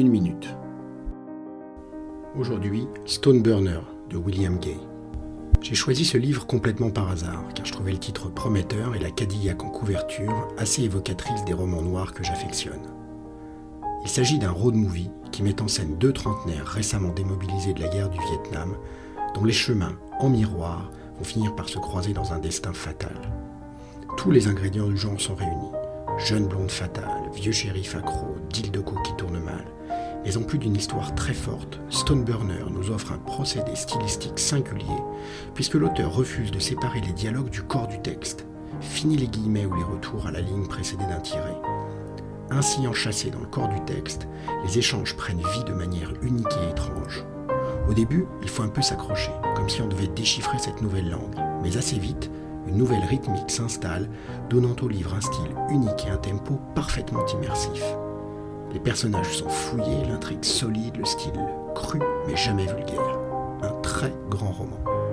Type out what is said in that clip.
1 minute. Aujourd'hui, Stoneburner de William Gay. J'ai choisi ce livre complètement par hasard, car je trouvais le titre prometteur et la Cadillac en couverture assez évocatrice des romans noirs que j'affectionne. Il s'agit d'un road movie qui met en scène 2 trentenaires récemment démobilisés de la guerre du Vietnam, dont les chemins, en miroir, vont finir par se croiser dans un destin fatal. Tous les ingrédients du genre sont réunis. Jeune blonde fatale, vieux shérif accro, deal de co qui tourne mal. Mais en plus d'une histoire très forte, Stoneburner nous offre un procédé stylistique singulier, puisque l'auteur refuse de séparer les dialogues du corps du texte. Fini les guillemets ou les retours à la ligne précédée d'un tiré. Ainsi enchâssés dans le corps du texte, les échanges prennent vie de manière unique et étrange. Au début, il faut un peu s'accrocher, comme si on devait déchiffrer cette nouvelle langue. Mais assez vite, une nouvelle rythmique s'installe, donnant au livre un style unique et un tempo parfaitement immersif. Les personnages sont fouillés, l'intrigue solide, le style cru mais jamais vulgaire. Un très grand roman.